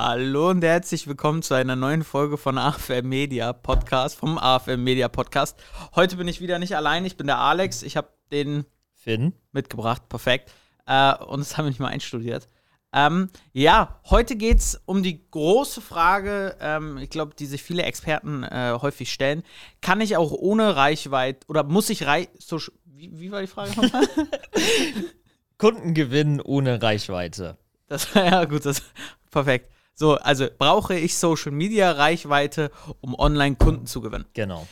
Hallo und herzlich willkommen zu einer neuen Folge von AFM Media Podcast, vom AFM Media Podcast. Heute bin ich wieder nicht allein, ich bin der Alex, ich habe den Finn mitgebracht, perfekt. Und das haben wir nicht mal einstudiert. Heute geht es um die große Frage, ich glaube, die sich viele Experten häufig stellen. Kann ich auch ohne Reichweite, oder muss ich wie war die Frage nochmal? Kunden gewinnen ohne Reichweite. Perfekt. So, also brauche ich Social Media Reichweite, um online Kunden zu gewinnen? Genau.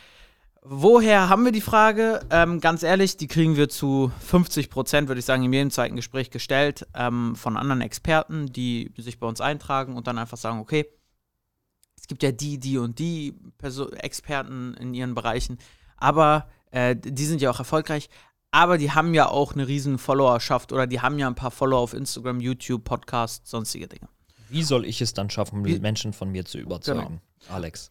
Woher haben wir die Frage? Ganz ehrlich, die kriegen wir zu 50%, würde ich sagen, in jedem zweiten Gespräch gestellt, von anderen Experten, die sich bei uns eintragen und dann einfach sagen, okay, es gibt ja die und die Experten in ihren Bereichen, aber die sind ja auch erfolgreich, aber die haben ja auch eine riesen Followerschaft oder die haben ja ein paar Follower auf Instagram, YouTube, Podcast, sonstige Dinge. Wie soll ich es dann schaffen, Menschen von mir zu überzeugen, genau. Alex?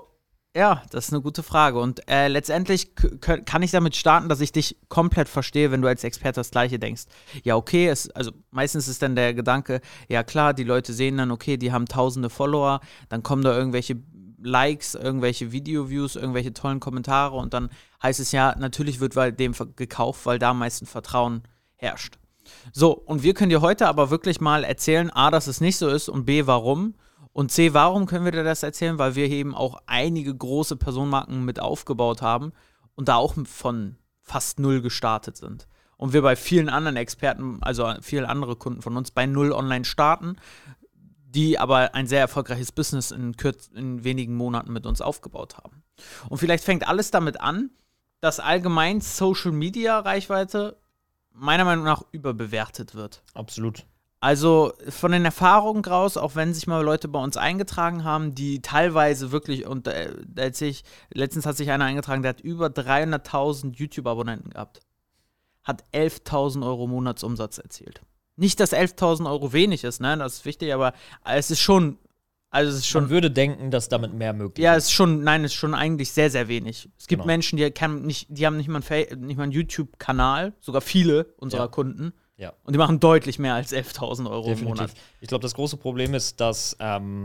Ja, das ist eine gute Frage. Und letztendlich kann ich damit starten, dass ich dich komplett verstehe, wenn du als Experte das Gleiche denkst. Ja, okay, also meistens ist dann der Gedanke, ja klar, die Leute sehen dann, okay, die haben tausende Follower, dann kommen da irgendwelche Likes, irgendwelche Video-Views, irgendwelche tollen Kommentare und dann heißt es ja, natürlich wird bei dem gekauft, weil da am meisten Vertrauen herrscht. So, und wir können dir heute aber wirklich mal erzählen, A, dass es nicht so ist und B, warum. Und C, warum können wir dir das erzählen? Weil wir eben auch einige große Personenmarken mit aufgebaut haben und da auch von fast null gestartet sind. Und wir bei vielen anderen Experten, also viele andere Kunden von uns, bei null online starten, die aber ein sehr erfolgreiches Business in wenigen Monaten mit uns aufgebaut haben. Und vielleicht fängt alles damit an, dass allgemein Social Media Reichweite meiner Meinung nach überbewertet wird. Absolut. Also von den Erfahrungen raus, auch wenn sich mal Leute bei uns eingetragen haben, die teilweise wirklich, und da erzähle ich, letztens hat sich einer eingetragen, der hat über 300.000 YouTube-Abonnenten gehabt. Hat 11.000 Euro Monatsumsatz erzielt. Nicht, dass 11.000 Euro wenig ist, ne, das ist wichtig, aber es ist schon, Man würde denken, dass damit mehr möglich ist. Ja, es ist schon eigentlich sehr, sehr wenig. Es gibt Menschen, die haben nicht mal einen YouTube-Kanal, sogar viele unserer Kunden. Ja. Und die machen deutlich mehr als 11.000 Euro im Monat. Ich glaube, das große Problem ist, dass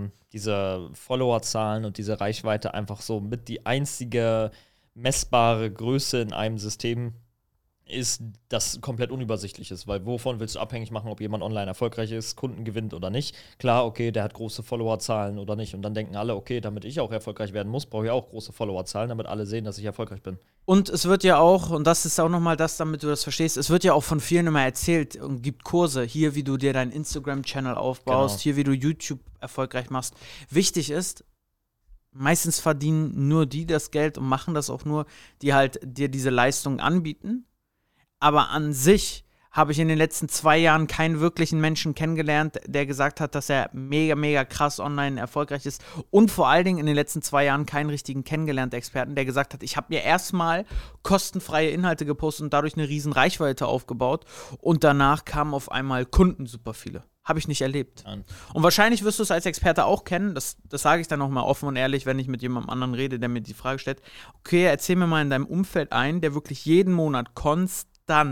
diese Followerzahlen und diese Reichweite einfach so mit die einzige messbare Größe in einem System ist, das komplett unübersichtlich ist, weil wovon willst du abhängig machen, ob jemand online erfolgreich ist, Kunden gewinnt oder nicht? Klar, okay, der hat große Followerzahlen oder nicht und dann denken alle, okay, damit ich auch erfolgreich werden muss, brauche ich auch große Followerzahlen, damit alle sehen, dass ich erfolgreich bin. Und es wird ja auch, und das ist auch nochmal das, damit du das verstehst, es wird ja auch von vielen immer erzählt und gibt Kurse, hier, wie du dir deinen Instagram-Channel aufbaust, hier, wie du YouTube erfolgreich machst. Wichtig ist, meistens verdienen nur die das Geld und machen das auch nur, die halt dir diese Leistung anbieten. Aber an sich habe ich in den letzten 2 Jahren keinen wirklichen Menschen kennengelernt, der gesagt hat, dass er mega, mega krass online erfolgreich ist. Und vor allen Dingen in den letzten 2 Jahren keinen richtigen kennengelernten Experten, der gesagt hat, ich habe mir erstmal kostenfreie Inhalte gepostet und dadurch eine riesen Reichweite aufgebaut. Und danach kamen auf einmal Kunden super viele. Habe ich nicht erlebt. Nein. Und wahrscheinlich wirst du es als Experte auch kennen. Das sage ich dann auch mal offen und ehrlich, wenn ich mit jemandem anderen rede, der mir die Frage stellt. Okay, erzähl mir mal in deinem Umfeld ein, der wirklich jeden Monat konstant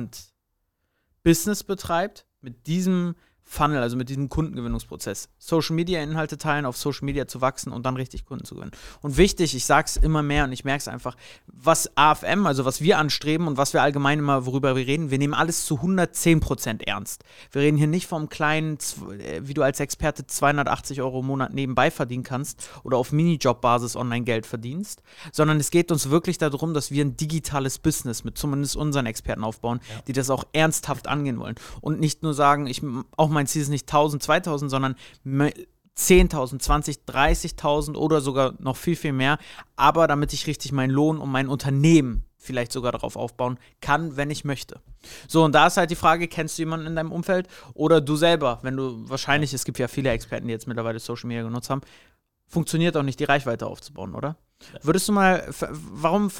Business betreibt, mit diesem Funnel, also mit diesem Kundengewinnungsprozess. Social-Media-Inhalte teilen, auf Social Media zu wachsen und dann richtig Kunden zu gewinnen. Und wichtig, ich sage es immer mehr und ich merke es einfach, was AFM, also was wir anstreben und was wir allgemein immer, worüber wir reden, wir nehmen alles zu 110% ernst. Wir reden hier nicht vom kleinen, wie du als Experte 280 Euro im Monat nebenbei verdienen kannst oder auf Minijob-Basis online Geld verdienst, sondern es geht uns wirklich darum, dass wir ein digitales Business mit zumindest unseren Experten aufbauen, die das auch ernsthaft angehen wollen. Und nicht nur sagen, mein Ziel ist nicht 1.000, 2.000, sondern 10.000, 20, 30.000 oder sogar noch viel, viel mehr. Aber damit ich richtig meinen Lohn und mein Unternehmen vielleicht sogar darauf aufbauen kann, wenn ich möchte. So, und da ist halt die Frage, kennst du jemanden in deinem Umfeld oder du selber, wenn du wahrscheinlich, es gibt ja viele Experten, die jetzt mittlerweile Social Media genutzt haben, funktioniert auch nicht, die Reichweite aufzubauen, oder? Ja. Würdest du mal, warum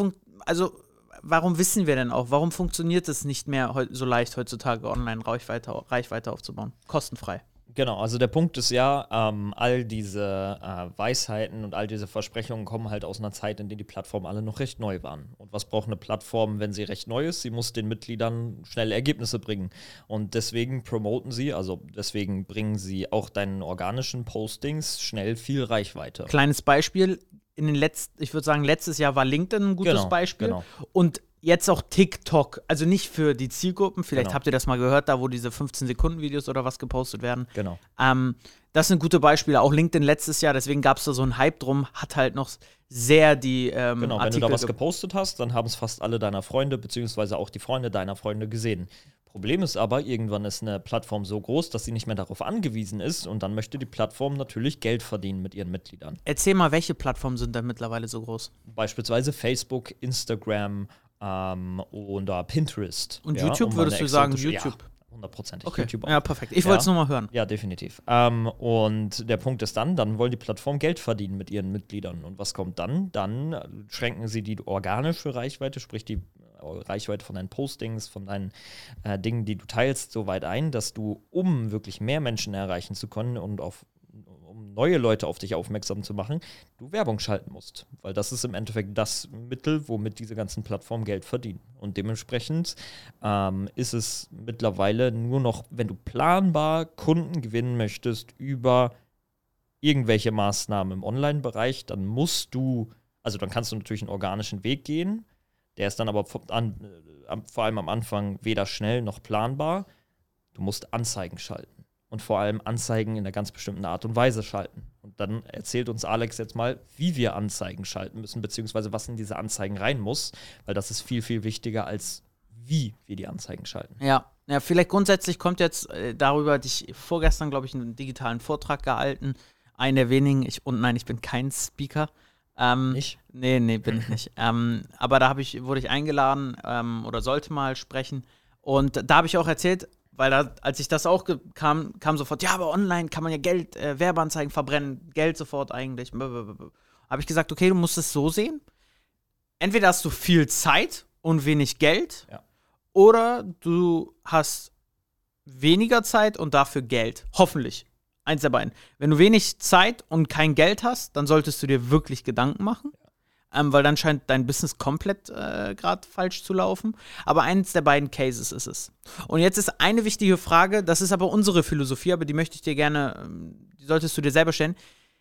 wissen wir denn auch, warum funktioniert es nicht mehr so leicht heutzutage, online Reichweite aufzubauen? Kostenfrei. Genau, also der Punkt ist ja, all diese Weisheiten und all diese Versprechungen kommen halt aus einer Zeit, in der die Plattformen alle noch recht neu waren. Und was braucht eine Plattform, wenn sie recht neu ist? Sie muss den Mitgliedern schnell Ergebnisse bringen. Und deswegen promoten sie, also deswegen bringen sie auch deinen organischen Postings schnell viel Reichweite. Kleines Beispiel, ich würde sagen, letztes Jahr war LinkedIn ein gutes Beispiel. Genau. Und jetzt auch TikTok, also nicht für die Zielgruppen, vielleicht Genau. habt ihr das mal gehört, da wo diese 15-Sekunden-Videos oder was gepostet werden. Genau. Das sind gute Beispiele. Auch LinkedIn letztes Jahr, deswegen gab es da so einen Hype drum, hat halt noch sehr die Genau, wenn Artikel du da was gepostet hast, dann haben es fast alle deiner Freunde, beziehungsweise auch die Freunde deiner Freunde gesehen. Problem ist aber, irgendwann ist eine Plattform so groß, dass sie nicht mehr darauf angewiesen ist und dann möchte die Plattform natürlich Geld verdienen mit ihren Mitgliedern. Erzähl mal, welche Plattformen sind da mittlerweile so groß? Beispielsweise Facebook, Instagram oder Pinterest. Und YouTube, würdest du sagen, YouTube? Ja, 100%. Okay, YouTube auch. ja, perfekt. Ich wollte es nur mal hören. Ja, definitiv. Und der Punkt ist dann wollen die Plattformen Geld verdienen mit ihren Mitgliedern. Und was kommt dann? Dann schränken sie die organische Reichweite, sprich die Reichweite von deinen Postings, von deinen Dingen, die du teilst, so weit ein, dass du, um wirklich mehr Menschen erreichen zu können und um neue Leute auf dich aufmerksam zu machen, du Werbung schalten musst. Weil das ist im Endeffekt das Mittel, womit diese ganzen Plattformen Geld verdienen. Und dementsprechend ist es mittlerweile nur noch, wenn du planbar Kunden gewinnen möchtest über irgendwelche Maßnahmen im Online-Bereich, dann dann kannst du natürlich einen organischen Weg gehen. Der ist dann aber vor allem am Anfang weder schnell noch planbar. Du musst Anzeigen schalten. Und vor allem Anzeigen in einer ganz bestimmten Art und Weise schalten. Und dann erzählt uns Alex jetzt mal, wie wir Anzeigen schalten müssen, beziehungsweise was in diese Anzeigen rein muss, weil das ist viel, viel wichtiger, als wie wir die Anzeigen schalten. Ja, vielleicht grundsätzlich kommt jetzt darüber, hatte ich vorgestern, glaube ich, einen digitalen Vortrag gehalten. Einen der wenigen, ich bin kein Speaker. Nicht? Nee, bin ich nicht. Aber da wurde ich eingeladen oder sollte mal sprechen. Und da habe ich auch erzählt, weil als ich das auch kam sofort, ja, aber online kann man ja Geld, Werbeanzeigen verbrennen, Geld sofort eigentlich. Habe ich gesagt, okay, du musst es so sehen. Entweder hast du viel Zeit und wenig Geld, oder du hast weniger Zeit und dafür Geld. Hoffentlich. Eins der beiden. Wenn du wenig Zeit und kein Geld hast, dann solltest du dir wirklich Gedanken machen. Weil dann scheint dein Business komplett gerade falsch zu laufen. Aber eins der beiden Cases ist es. Und jetzt ist eine wichtige Frage, das ist aber unsere Philosophie, aber die möchte ich dir gerne, die solltest du dir selber stellen.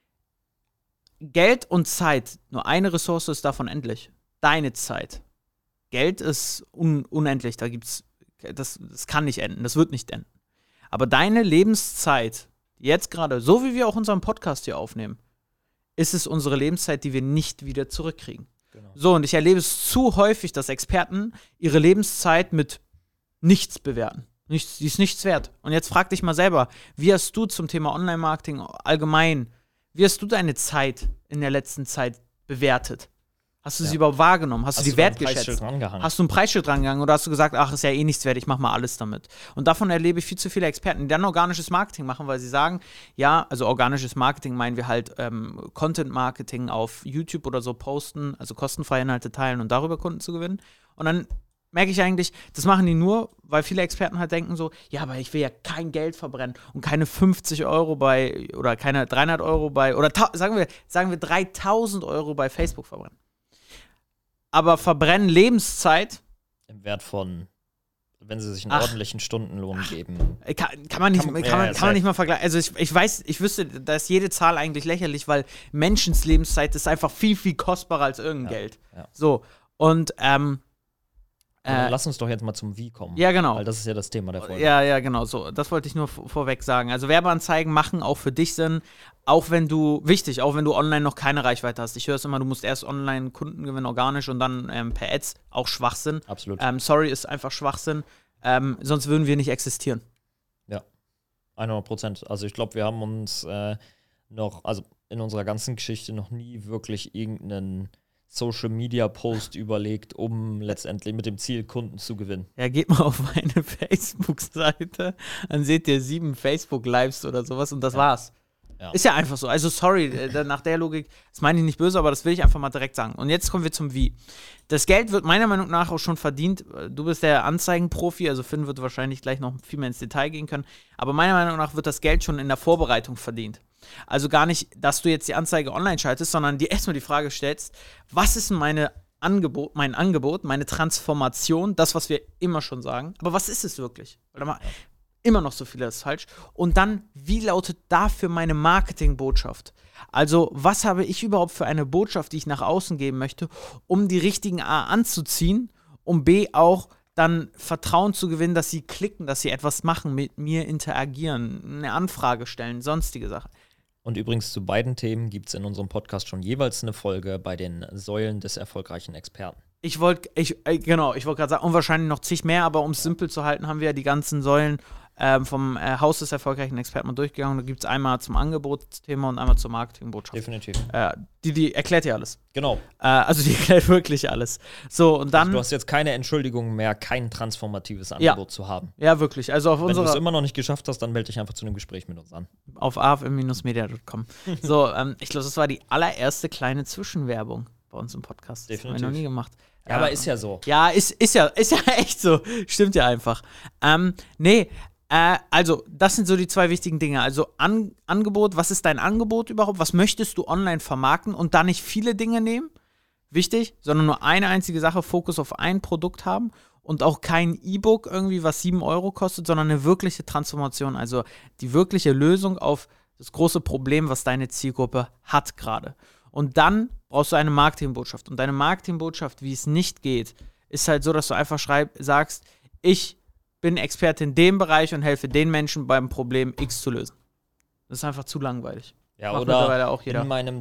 Geld und Zeit, nur eine Ressource ist davon endlich. Deine Zeit. Geld ist unendlich, das kann nicht enden, das wird nicht enden. Aber deine Lebenszeit, jetzt gerade, so wie wir auch unseren Podcast hier aufnehmen, ist es unsere Lebenszeit, die wir nicht wieder zurückkriegen. Genau. So, und ich erlebe es zu häufig, dass Experten ihre Lebenszeit mit nichts bewerten. Die ist nichts wert. Und jetzt frag dich mal selber, wie hast du zum Thema Online-Marketing allgemein, wie hast du deine Zeit in der letzten Zeit bewertet? Hast du sie überhaupt wahrgenommen? Hast du die wertgeschätzt? Hast du ein Preisschild drangehangen oder hast du gesagt, ach, ist ja eh nichts wert, ich mach mal alles damit? Und davon erlebe ich viel zu viele Experten, die dann organisches Marketing machen, weil sie sagen, ja, also organisches Marketing meinen wir halt Content-Marketing auf YouTube oder so posten, also kostenfreie Inhalte teilen und darüber Kunden zu gewinnen. Und dann merke ich eigentlich, das machen die nur, weil viele Experten halt denken so, ja, aber ich will ja kein Geld verbrennen und keine 50 Euro oder keine 300 Euro oder sagen wir 3000 Euro bei Facebook verbrennen. Aber verbrennen Lebenszeit im Wert von, wenn sie sich einen ordentlichen Stundenlohn geben. Kann man nicht mal vergleichen. Also ich wüsste, da ist jede Zahl eigentlich lächerlich, weil Menschens Lebenszeit ist einfach viel, viel kostbarer als irgendein Geld. Ja. So, und lass uns doch jetzt mal zum Wie kommen. Ja, genau. Weil das ist ja das Thema der Folge. Ja, genau. So, das wollte ich nur vorweg sagen. Also Werbeanzeigen machen auch für dich Sinn, auch wenn du online noch keine Reichweite hast. Ich höre es immer, du musst erst online Kunden gewinnen, organisch und dann per Ads. Auch Schwachsinn. Absolut. Sorry, ist einfach Schwachsinn. Sonst würden wir nicht existieren. Ja, 100%. Also ich glaube, wir haben uns also in unserer ganzen Geschichte noch nie wirklich irgendeinen Social-Media-Post überlegt, um letztendlich mit dem Ziel, Kunden zu gewinnen. Ja, geht mal auf meine Facebook-Seite, dann seht ihr 7 Facebook-Lives oder sowas und das war's. Ja. Ist ja einfach so. Also sorry, nach der Logik, das meine ich nicht böse, aber das will ich einfach mal direkt sagen. Und jetzt kommen wir zum Wie. Das Geld wird meiner Meinung nach auch schon verdient. Du bist der Anzeigenprofi, also Finn wird wahrscheinlich gleich noch viel mehr ins Detail gehen können. Aber meiner Meinung nach wird das Geld schon in der Vorbereitung verdient. Also gar nicht, dass du jetzt die Anzeige online schaltest, sondern dir erstmal die Frage stellst, was ist denn mein Angebot, meine Transformation, das, was wir immer schon sagen. Aber was ist es wirklich? Oder mal, immer noch so vieles falsch. Und dann, wie lautet dafür meine Marketingbotschaft? Also, was habe ich überhaupt für eine Botschaft, die ich nach außen geben möchte, um die richtigen A anzuziehen, um B auch dann Vertrauen zu gewinnen, dass sie klicken, dass sie etwas machen, mit mir interagieren, eine Anfrage stellen, sonstige Sachen. Und übrigens zu beiden Themen gibt es in unserem Podcast schon jeweils eine Folge bei den Säulen des erfolgreichen Experten. Ich wollte gerade sagen, und wahrscheinlich noch zig mehr, aber um es simpel zu halten, haben wir ja die ganzen Säulen vom Haus des erfolgreichen Experten mal durchgegangen. Da gibt es einmal zum Angebotsthema und einmal zur Marketingbotschaft. Definitiv. Die erklärt ja alles. Genau. Also die erklärt wirklich alles. So, und dann. Also du hast jetzt keine Entschuldigung mehr, kein transformatives Angebot zu haben. Ja, wirklich. Also auf Wenn du es immer noch nicht geschafft hast, dann melde dich einfach zu einem Gespräch mit uns an. Auf afm-media.com. So, ich glaube, das war die allererste kleine Zwischenwerbung bei uns im Podcast. Das haben wir noch nie gemacht. Ja, aber ist ja so. Ja, ist ja echt so. Stimmt ja einfach. Also, das sind so die zwei wichtigen Dinge. Also, Angebot, was ist dein Angebot überhaupt? Was möchtest du online vermarkten und da nicht viele Dinge nehmen? Wichtig, sondern nur eine einzige Sache, Fokus auf ein Produkt haben und auch kein E-Book irgendwie, was 7 Euro kostet, sondern eine wirkliche Transformation, also die wirkliche Lösung auf das große Problem, was deine Zielgruppe hat gerade. Und dann brauchst du eine Marketingbotschaft. Und deine Marketingbotschaft, wie es nicht geht, ist halt so, dass du einfach sagst, ich bin Experte in dem Bereich und helfe den Menschen beim Problem X zu lösen. Das ist einfach zu langweilig. Ja, Macht oder mittlerweile auch jeder. In meinem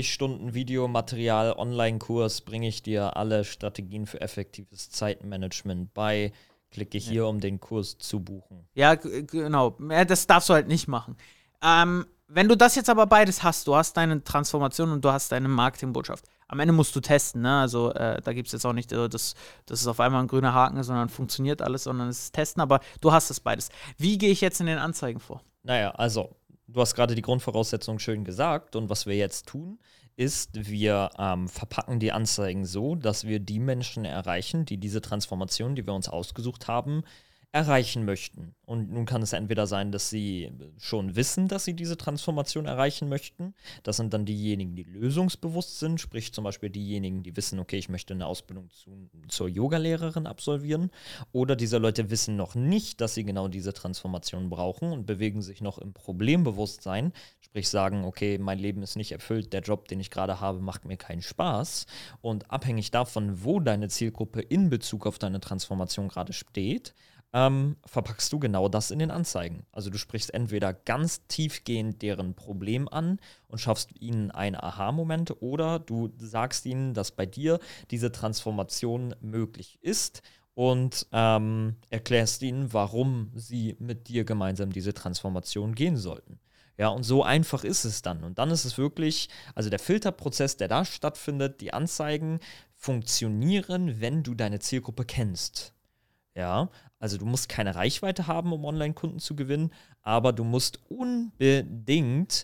20-Stunden-Video-Material-Online-Kurs bringe ich dir alle Strategien für effektives Zeitmanagement bei. Klicke hier, um den Kurs zu buchen. Ja, genau. Das darfst du halt nicht machen. Wenn du das jetzt aber beides hast, du hast deine Transformation und du hast deine Marketingbotschaft. Am Ende musst du testen, ne? Also da gibt es jetzt auch nicht, dass es auf einmal ein grüner Haken ist, sondern funktioniert alles, sondern es ist Testen, aber du hast das beides. Wie gehe ich jetzt in den Anzeigen vor? Naja, also, du hast gerade die Grundvoraussetzungen schön gesagt und was wir jetzt tun, ist, wir verpacken die Anzeigen so, dass wir die Menschen erreichen, die diese Transformation, die wir uns ausgesucht haben, erreichen möchten. Und nun kann es entweder sein, dass sie schon wissen, dass sie diese Transformation erreichen möchten. Das sind dann diejenigen, die lösungsbewusst sind, sprich zum Beispiel diejenigen, die wissen, okay, ich möchte eine Ausbildung zur Yogalehrerin absolvieren. Oder diese Leute wissen noch nicht, dass sie genau diese Transformation brauchen und bewegen sich noch im Problembewusstsein, sprich sagen, okay, mein Leben ist nicht erfüllt, der Job, den ich gerade habe, macht mir keinen Spaß. Und abhängig davon, wo deine Zielgruppe in Bezug auf deine Transformation gerade steht, verpackst du genau das in den Anzeigen. Also du sprichst entweder ganz tiefgehend deren Problem an und schaffst ihnen einen Aha-Moment oder du sagst ihnen, dass bei dir diese Transformation möglich ist und erklärst ihnen, warum sie mit dir gemeinsam diese Transformation gehen sollten. Ja, und so einfach ist es dann. Und dann ist es wirklich, also der Filterprozess, der da stattfindet, die Anzeigen funktionieren, wenn du deine Zielgruppe kennst. Ja, also du musst keine Reichweite haben, um Online-Kunden zu gewinnen, aber du musst unbedingt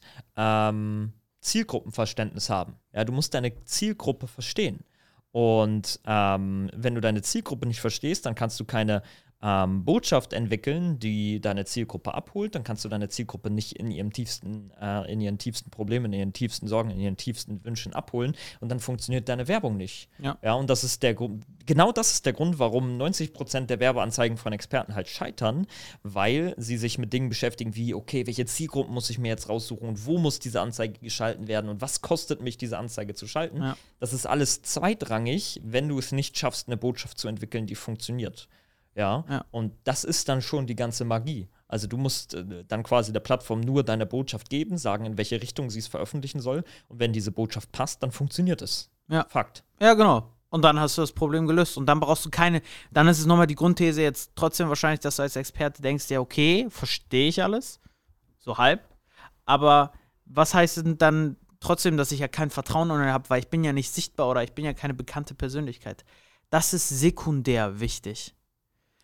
Zielgruppenverständnis haben. Ja, du musst deine Zielgruppe verstehen. Und wenn du deine Zielgruppe nicht verstehst, dann kannst du keine Botschaft entwickeln, die deine Zielgruppe abholt, dann kannst du deine Zielgruppe nicht in ihren tiefsten Problemen, in ihren tiefsten Sorgen, in ihren tiefsten Wünschen abholen und dann funktioniert deine Werbung nicht. Ja, und das ist genau das ist der Grund, warum 90% der Werbeanzeigen von Experten halt scheitern, weil sie sich mit Dingen beschäftigen wie, okay, welche Zielgruppen muss ich mir jetzt raussuchen und wo muss diese Anzeige geschalten werden und was kostet mich, diese Anzeige zu schalten. Ja. Das ist alles zweitrangig, wenn du es nicht schaffst, eine Botschaft zu entwickeln, die funktioniert. Ja, und das ist dann schon die ganze Magie. Also du musst dann quasi der Plattform nur deine Botschaft geben, sagen, in welche Richtung sie es veröffentlichen soll. Und wenn diese Botschaft passt, dann funktioniert es. Ja. Fakt. Ja, genau. Und dann hast du das Problem gelöst. Und dann brauchst du dann ist es nochmal die Grundthese jetzt trotzdem wahrscheinlich, dass du als Experte denkst, ja okay, verstehe ich alles, so halb. Aber was heißt denn dann trotzdem, dass ich ja kein Vertrauen online habe, weil ich bin ja nicht sichtbar oder ich bin ja keine bekannte Persönlichkeit. Das ist sekundär wichtig.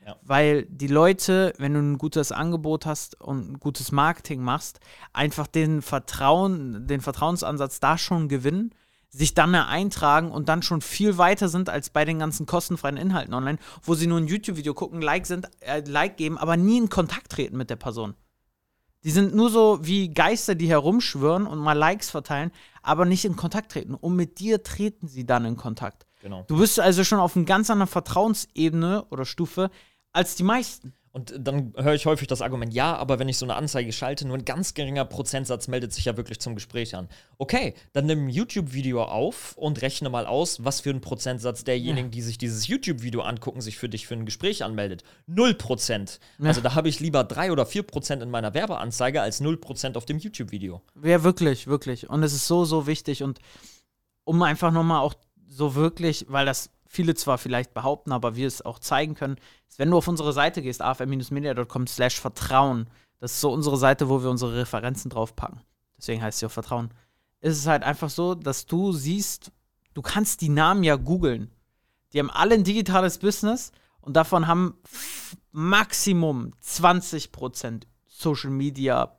Ja. Weil die Leute, wenn du ein gutes Angebot hast und ein gutes Marketing machst, einfach den Vertrauensansatz da schon gewinnen, sich dann mehr eintragen und dann schon viel weiter sind als bei den ganzen kostenfreien Inhalten online, wo sie nur ein YouTube-Video gucken, Like geben, aber nie in Kontakt treten mit der Person. Die sind nur so wie Geister, die herumschwirren und mal Likes verteilen, aber nicht in Kontakt treten. Und mit dir treten sie dann in Kontakt. Genau. Du bist also schon auf einer ganz anderen Vertrauensebene oder Stufe als die meisten. Und dann höre ich häufig das Argument, ja, aber wenn ich so eine Anzeige schalte, nur ein ganz geringer Prozentsatz meldet sich ja wirklich zum Gespräch an. Okay, dann nimm ein YouTube-Video auf und rechne mal aus, was für ein Prozentsatz derjenigen, die sich dieses YouTube-Video angucken, sich für dich für ein Gespräch anmeldet. 0%. Ja. Also da habe ich lieber 3 oder 4% in meiner Werbeanzeige als 0% auf dem YouTube-Video. Ja, wirklich, wirklich. Und es ist so, so wichtig. Und um einfach nochmal auch so wirklich, weil das viele zwar vielleicht behaupten, aber wir es auch zeigen können, ist, wenn du auf unsere Seite gehst, afm-media.com/Vertrauen, das ist so unsere Seite, wo wir unsere Referenzen draufpacken. Deswegen heißt sie auch Vertrauen. Ist es halt einfach so, dass du siehst, du kannst die Namen ja googeln. Die haben alle ein digitales Business und davon haben Maximum 20% Social Media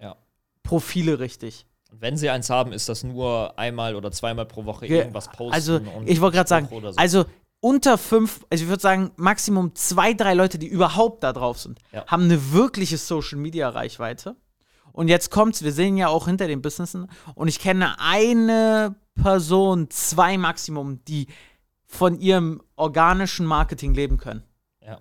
Profile richtig. Und wenn sie eins haben, ist das nur einmal oder zweimal pro Woche irgendwas posten. Also, ich wollte gerade sagen, so. also unter 5, also ich würde sagen, Maximum 2, 3 Leute, die überhaupt da drauf sind, haben eine wirkliche Social-Media-Reichweite. Und jetzt kommt's, wir sehen ja auch hinter den Businessen, und ich kenne eine Person, 2 Maximum, die von ihrem organischen Marketing leben können. Ja.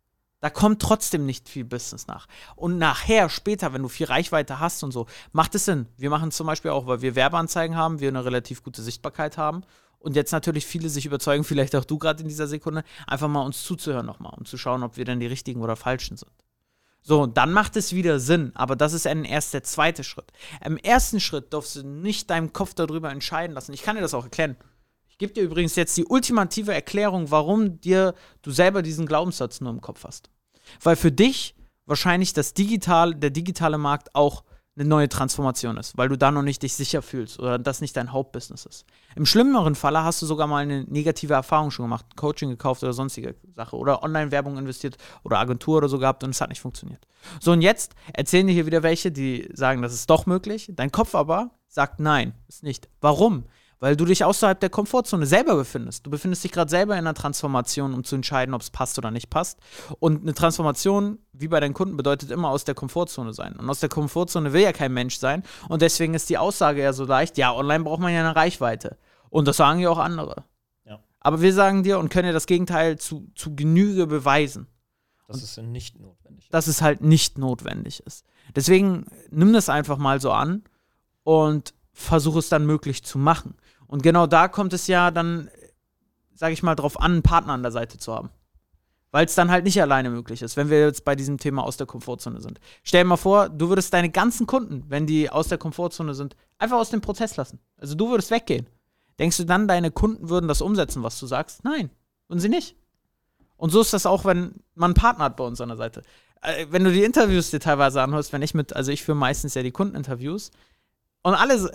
Da kommt trotzdem nicht viel Business nach. Und nachher, später, wenn du viel Reichweite hast und so, macht es Sinn. Wir machen es zum Beispiel auch, weil wir Werbeanzeigen haben, wir eine relativ gute Sichtbarkeit haben und jetzt natürlich viele sich überzeugen, vielleicht auch du gerade in dieser Sekunde, einfach mal uns zuzuhören nochmal, um zu schauen, ob wir dann die richtigen oder falschen sind. So, und dann macht es wieder Sinn, aber das ist erst der zweite Schritt. Im ersten Schritt darfst du nicht deinen Kopf darüber entscheiden lassen. Ich kann dir das auch erklären. Ich gebe dir übrigens jetzt die ultimative Erklärung, warum du selber diesen Glaubenssatz nur im Kopf hast. Weil für dich wahrscheinlich der digitale Markt auch eine neue Transformation ist, weil du da noch nicht dich sicher fühlst oder das nicht dein Hauptbusiness ist. Im schlimmeren Falle hast du sogar mal eine negative Erfahrung schon gemacht, Coaching gekauft oder sonstige Sache oder Online-Werbung investiert oder Agentur oder so gehabt und es hat nicht funktioniert. So, und jetzt erzählen dir hier wieder welche, die sagen, das ist doch möglich. Dein Kopf aber sagt, nein, ist nicht. Warum? Weil du dich außerhalb der Komfortzone selber befindest. Du befindest dich gerade selber in einer Transformation, um zu entscheiden, ob es passt oder nicht passt. Und eine Transformation, wie bei deinen Kunden, bedeutet immer aus der Komfortzone sein. Und aus der Komfortzone will ja kein Mensch sein. Und deswegen ist die Aussage ja so leicht, ja, online braucht man ja eine Reichweite. Und das sagen ja auch andere. Ja. Aber wir sagen dir und können dir das Gegenteil zu Genüge beweisen. Dass es nicht notwendig ist. Dass es halt nicht notwendig ist. Deswegen nimm das einfach mal so an und versuch es dann möglich zu machen. Und genau da kommt es ja dann, sage ich mal, drauf an, einen Partner an der Seite zu haben. Weil es dann halt nicht alleine möglich ist, wenn wir jetzt bei diesem Thema aus der Komfortzone sind. Stell dir mal vor, du würdest deine ganzen Kunden, wenn die aus der Komfortzone sind, einfach aus dem Prozess lassen. Also du würdest weggehen. Denkst du dann, deine Kunden würden das umsetzen, was du sagst? Nein, würden sie nicht. Und so ist das auch, wenn man einen Partner hat bei uns an der Seite. Wenn du die Interviews dir teilweise anhörst, ich führe meistens ja die Kundeninterviews. Und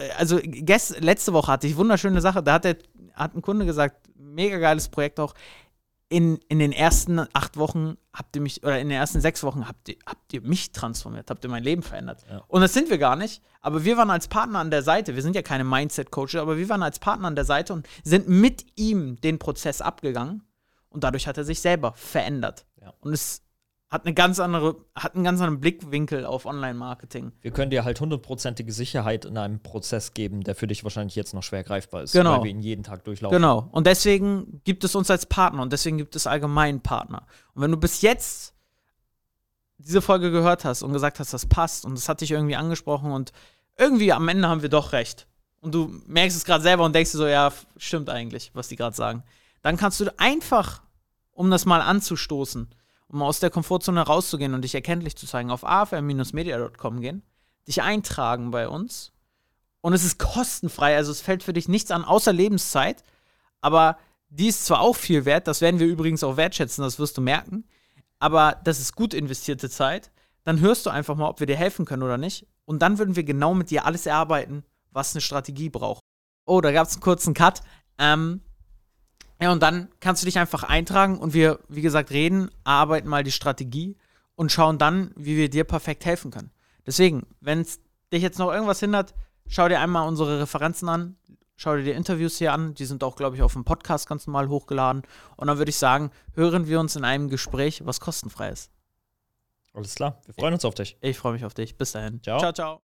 letzte Woche hatte ich wunderschöne Sache, da hat ein Kunde gesagt, mega geiles Projekt auch, in den ersten 8 Wochen in den ersten 6 Wochen habt ihr mich transformiert, habt ihr mein Leben verändert. Ja. Und das sind wir gar nicht, aber wir waren als Partner an der Seite, wir sind ja keine Mindset-Coaches, aber wir waren als Partner an der Seite und sind mit ihm den Prozess abgegangen und dadurch hat er sich selber verändert. Ja. Und es hat einen ganz anderen Blickwinkel auf Online-Marketing. Wir können dir halt 100%ige Sicherheit in einem Prozess geben, der für dich wahrscheinlich jetzt noch schwer greifbar ist, genau, weil wir ihn jeden Tag durchlaufen. Genau. Und deswegen gibt es uns als Partner und deswegen gibt es allgemein Partner. Und wenn du bis jetzt diese Folge gehört hast und gesagt hast, das passt und das hat dich irgendwie angesprochen und irgendwie am Ende haben wir doch recht und du merkst es gerade selber und denkst dir so, ja, stimmt eigentlich, was die gerade sagen, dann kannst du einfach, um das mal anzustoßen, um aus der Komfortzone rauszugehen und dich erkenntlich zu zeigen, auf afm-media.com gehen, dich eintragen bei uns. Und es ist kostenfrei, also es fällt für dich nichts an, außer Lebenszeit. Aber die ist zwar auch viel wert, das werden wir übrigens auch wertschätzen, das wirst du merken. Aber das ist gut investierte Zeit. Dann hörst du einfach mal, ob wir dir helfen können oder nicht. Und dann würden wir genau mit dir alles erarbeiten, was eine Strategie braucht. Oh, da gab es einen kurzen Cut. Ja, und dann kannst du dich einfach eintragen und wir, wie gesagt, reden, arbeiten mal die Strategie und schauen dann, wie wir dir perfekt helfen können. Deswegen, wenn es dich jetzt noch irgendwas hindert, schau dir einmal unsere Referenzen an, schau dir die Interviews hier an, die sind auch, glaube ich, auf dem Podcast ganz normal hochgeladen. Und dann würde ich sagen, hören wir uns in einem Gespräch, was kostenfrei ist. Alles klar, wir freuen uns auf dich. Ich freue mich auf dich. Bis dahin. Ciao. Ciao, ciao.